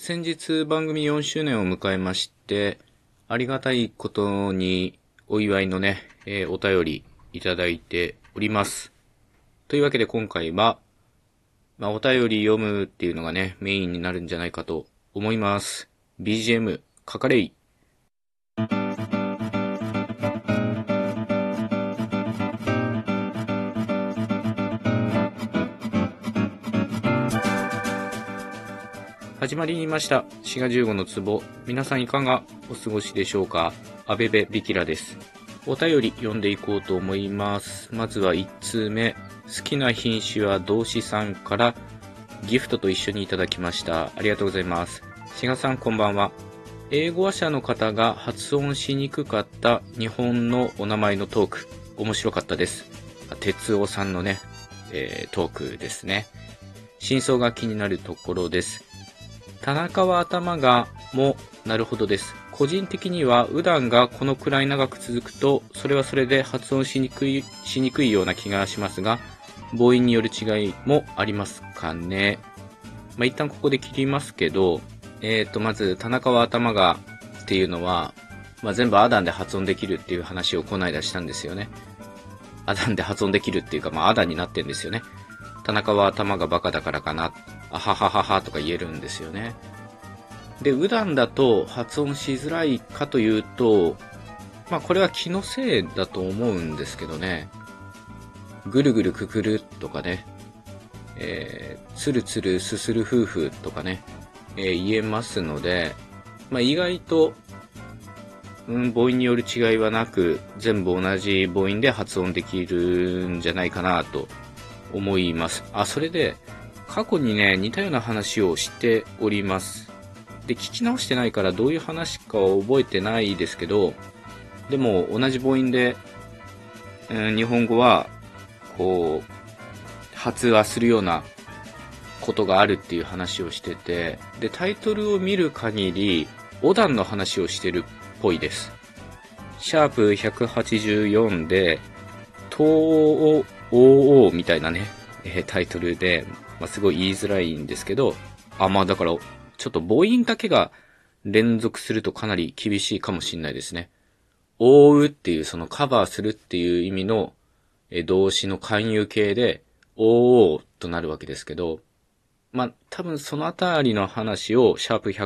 先日番組4周年を迎えまして、ありがたいことにお祝いのね、お便りいただいております。というわけで今回は、お便り読むっていうのがね、メインになるんじゃないかと思います。BGM、かかれい。始まりました。滋賀15の壺。皆さんいかがお過ごしでしょうか。アベベビキラです。お便り読んでいこうと思います。まずは1通目。好きな品種は同志さんからギフトと一緒にいただきました。ありがとうございます。滋賀さんこんばんは。英語話者の方が発音しにくかった日本のお名前のトーク。面白かったです。哲夫さんのね、トークですね。真相が気になるところです。田中は頭がもなるほどです。個人的にはうだんがこのくらい長く続くとそれはそれで発音しにくいような気がしますが、母音による違いもありますかね。一旦ここで切りますけど、まず田中は頭がっていうのは、全部アダンで発音できるっていう話をこの間したんですよね。アダンで発音できるっていうか、アダンになってんですよね。田中は頭がバカだからかな。あははははとか言えるんですよね。で、うだんだと発音しづらいかというと、これは気のせいだと思うんですけどね。ぐるぐるくくるとかね、つるつるすする夫婦とかね、言えますので、意外と、母音による違いはなく、全部同じ母音で発音できるんじゃないかなと思います。それで、過去にね、似たような話をしております。で、聞き直してないからどういう話かは覚えてないですけど、でも同じ母音で、日本語は、こう、発話するようなことがあるっていう話をしてて、で、タイトルを見る限り、おだんの話をしてるっぽいです。シャープ184で、とおおみたいなね、タイトルで、すごい言いづらいんですけど、だから、ちょっと母音だけが連続するとかなり厳しいかもしれないですね。覆うっていう、そのカバーするっていう意味の動詞の慣用形で、おーとなるわけですけど、多分そのあたりの話をシャープ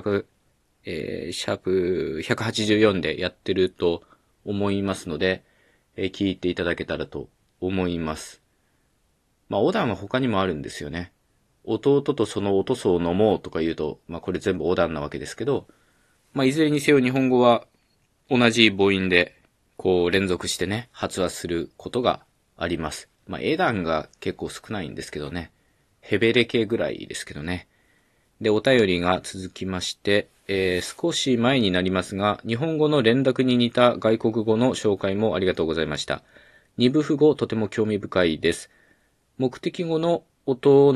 184でやってると思いますので、聞いていただけたらと思います。おだんは他にもあるんですよね。弟とそのおとそを飲もうとか言うと、これ全部おだんなわけですけど、いずれにせよ日本語は同じ母音で、こう連続してね、発話することがあります。エダンが結構少ないんですけどね。ヘベレ系ぐらいですけどね。で、お便りが続きまして、少し前になりますが、日本語の連絡に似た外国語の紹介もありがとうございました。二部符語とても興味深いです。目的語の音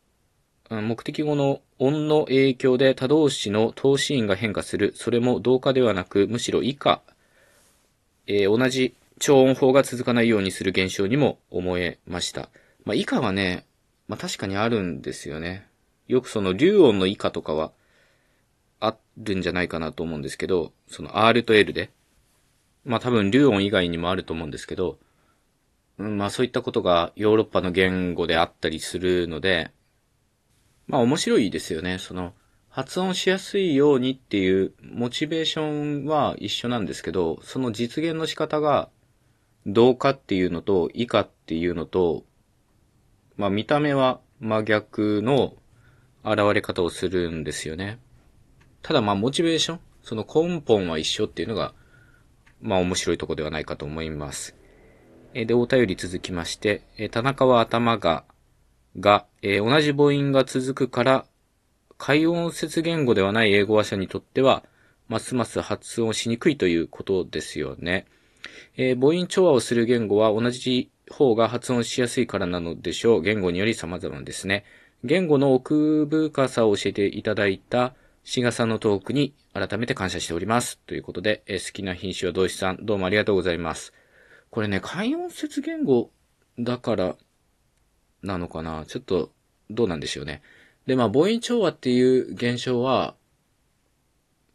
の影響で他動詞の動詞音が変化する。それも同化ではなく、むしろ以下。同じ超音法が続かないようにする現象にも思えました。以下はね、確かにあるんですよね。よくその流音の以下とかはあるんじゃないかなと思うんですけど、その R と L で。多分流音以外にもあると思うんですけど、そういったことがヨーロッパの言語であったりするので、面白いですよね。その発音しやすいようにっていうモチベーションは一緒なんですけど、その実現の仕方が同化っていうのと以下っていうのと、見た目は真逆の現れ方をするんですよね。ただモチベーション、その根本は一緒っていうのが、面白いところではないかと思います。で、お便り続きまして、田中は頭が、同じ母音が続くから、解音節言語ではない英語話者にとっては、ますます発音しにくいということですよね。母音調和をする言語は同じ方が発音しやすいからなのでしょう。言語により様々ですね。言語の奥深さを教えていただいた志賀さんのトークに改めて感謝しております。ということで、好きな品種は同志さん、どうもありがとうございます。これね、解音節言語だからなのかな、ちょっとどうなんでしょうね。で、母音調和っていう現象は、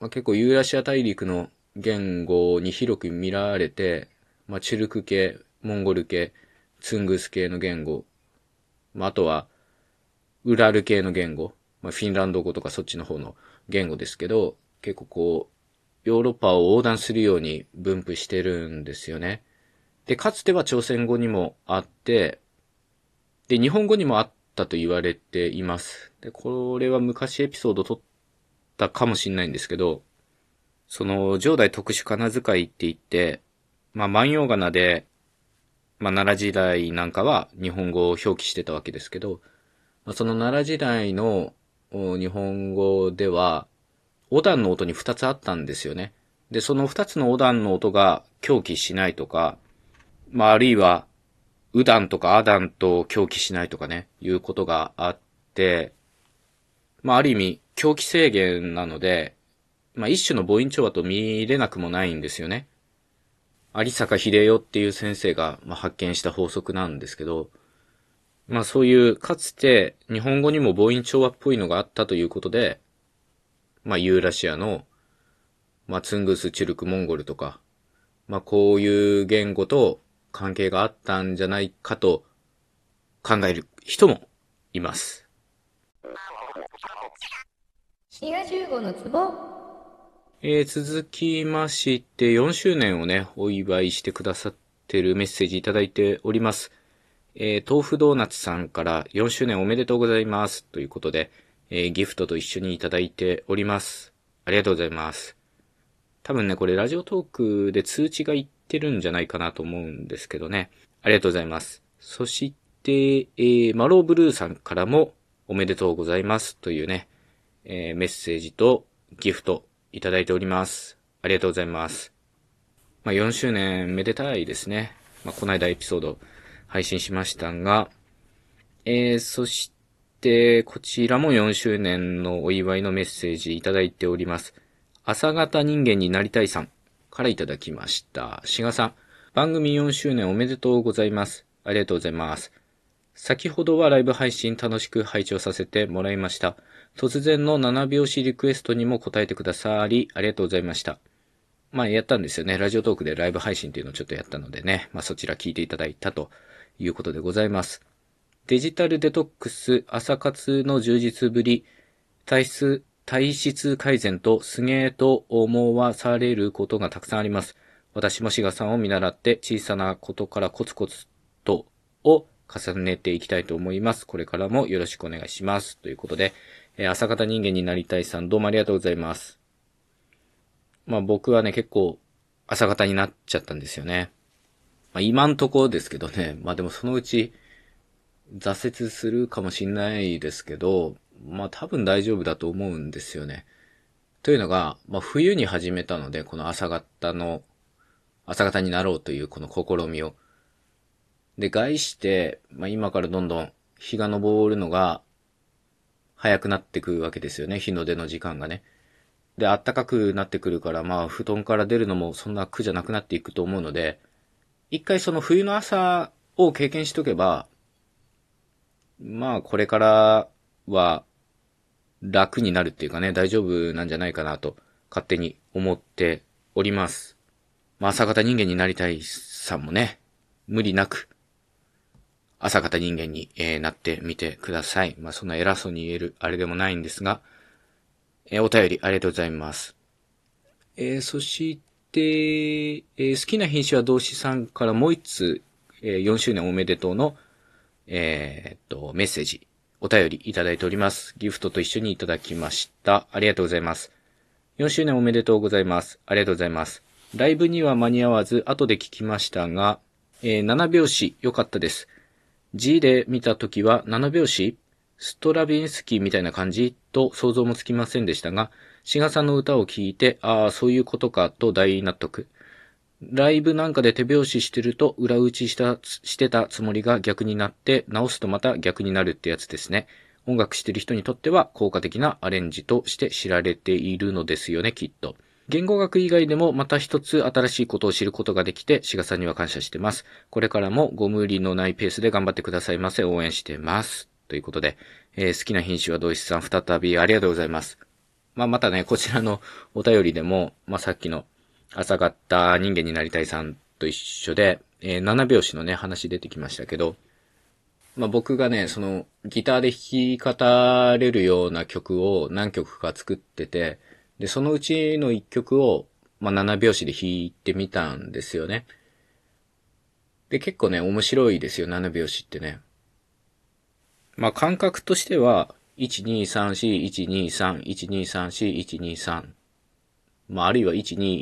結構ユーラシア大陸の言語に広く見られて、チュルク系、モンゴル系、ツングス系の言語、あとはウラル系の言語、フィンランド語とかそっちの方の言語ですけど、結構こう、ヨーロッパを横断するように分布してるんですよね。で、かつては朝鮮語にもあって、で、日本語にもあったと言われています。で、これは昔エピソード取ったかもしれないんですけど、その、上代特殊仮名遣いって言って、万葉仮名で、奈良時代なんかは日本語を表記してたわけですけど、その奈良時代の日本語では、お段の音に2つあったんですよね。で、その2つのお段の音が狂気しないとか、あるいは、う段とかあ段と狂気しないとかね、いうことがあって、ある意味、狂気制限なので、一種の母音調和と見れなくもないんですよね。有坂秀夫っていう先生が、発見した法則なんですけど、そういうかつて日本語にも母音調和っぽいのがあったということで、ユーラシアの、ツングス、チュルク、モンゴルとか、こういう言語と関係があったんじゃないかと考える人もいます。 滋賀15のツボ。 続きまして4周年をね、お祝いしてくださってるメッセージいただいております。豆腐ドーナツさんから4周年おめでとうございますということで、ギフトと一緒にいただいております。ありがとうございます。多分ね、これラジオトークで通知がいってるんじゃないかなと思うんですけどね。ありがとうございます。そして、マローブルーさんからもおめでとうございますというね、メッセージとギフトいただいております。ありがとうございます。4周年めでたいですね。この間エピソード配信しましたが、そして、こちらも4周年のお祝いのメッセージいただいております。朝型人間になりたいさんからいただきました。しがさん、番組4周年おめでとうございます。ありがとうございます。先ほどはライブ配信楽しく拝聴させてもらいました。突然の7拍子リクエストにも答えてくださり、ありがとうございました。やったんですよね。ラジオトークでライブ配信っていうのをちょっとやったのでね。そちら聞いていただいたということでございます。デジタルデトックス、朝活の充実ぶり、体質改善とすげーと思わされることがたくさんあります。私も志賀さんを見習って小さなことからコツコツとを重ねていきたいと思います。これからもよろしくお願いします。ということで、朝方人間になりたいさんどうもありがとうございます。僕はね、結構朝方になっちゃったんですよね。今んとこですけどね。でもそのうち挫折するかもしんないですけど、多分大丈夫だと思うんですよね。というのが、冬に始めたので、この朝方になろうというこの試みを。で、概して、今からどんどん日が昇るのが早くなってくるわけですよね。日の出の時間がね。で、暖かくなってくるから、布団から出るのもそんな苦じゃなくなっていくと思うので、一回その冬の朝を経験しとけば、これからは楽になるっていうかね、大丈夫なんじゃないかなと勝手に思っております。朝方人間になりたいさんもね、無理なく朝方人間に、なってみてください。そんな偉そうに言えるあれでもないんですが、お便りありがとうございます。そして、好きな品種は同志さんからもう一つ、4周年おめでとうの、メッセージ、お便りいただいております。ギフトと一緒にいただきました。ありがとうございます。4周年おめでとうございます。ありがとうございます。ライブには間に合わず、後で聞きましたが、7拍子良かったです。G で見たときは7拍子ストラビンスキーみたいな感じと想像もつきませんでしたが、志賀さんの歌を聴いて、ああ、そういうことかと大納得。ライブなんかで手拍子してると裏打ちしてたつもりが逆になって直すとまた逆になるってやつですね。音楽してる人にとっては効果的なアレンジとして知られているのですよね、きっと。言語学以外でもまた一つ新しいことを知ることができて、志賀さんには感謝してます。これからもご無理のないペースで頑張ってくださいませ。応援してます。ということで、好きな品種は同志さん再びありがとうございます。 またね、こちらのお便りでも、さっきの朝方人間になりたいさんと一緒で、7拍子のね、話出てきましたけど、僕がね、そのギターで弾き語れるような曲を何曲か作ってて、で、そのうちの1曲を、7拍子で弾いてみたんですよね。で、結構ね、面白いですよ、7拍子ってね。感覚としては、1,2,3,4、1,2,3、1,2,3,4、1,2,3。あるいは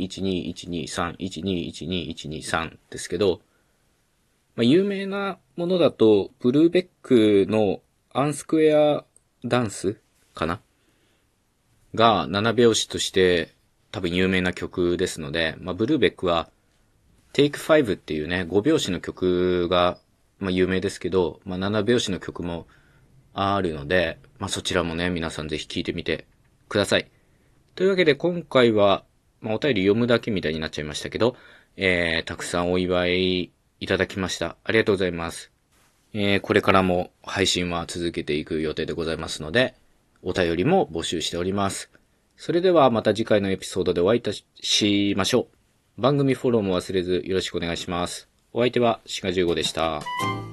1,2,1,2,1,2,3、1,2,1,2,1,2,3ですけど、有名なものだと、ブルーベックのアンスクエアダンスかなが7拍子として多分有名な曲ですので、ブルーベックは Take 5っていうね、5拍子の曲が有名ですけど、7拍子の曲もあるので、そちらもね、皆さんぜひ聴いてみてください。というわけで今回は、お便り読むだけみたいになっちゃいましたけど、たくさんお祝いいただきました。ありがとうございます。これからも配信は続けていく予定でございますので、お便りも募集しております。それではまた次回のエピソードでお会いいたしましょう。番組フォローも忘れずよろしくお願いします。お相手はシガ15でした。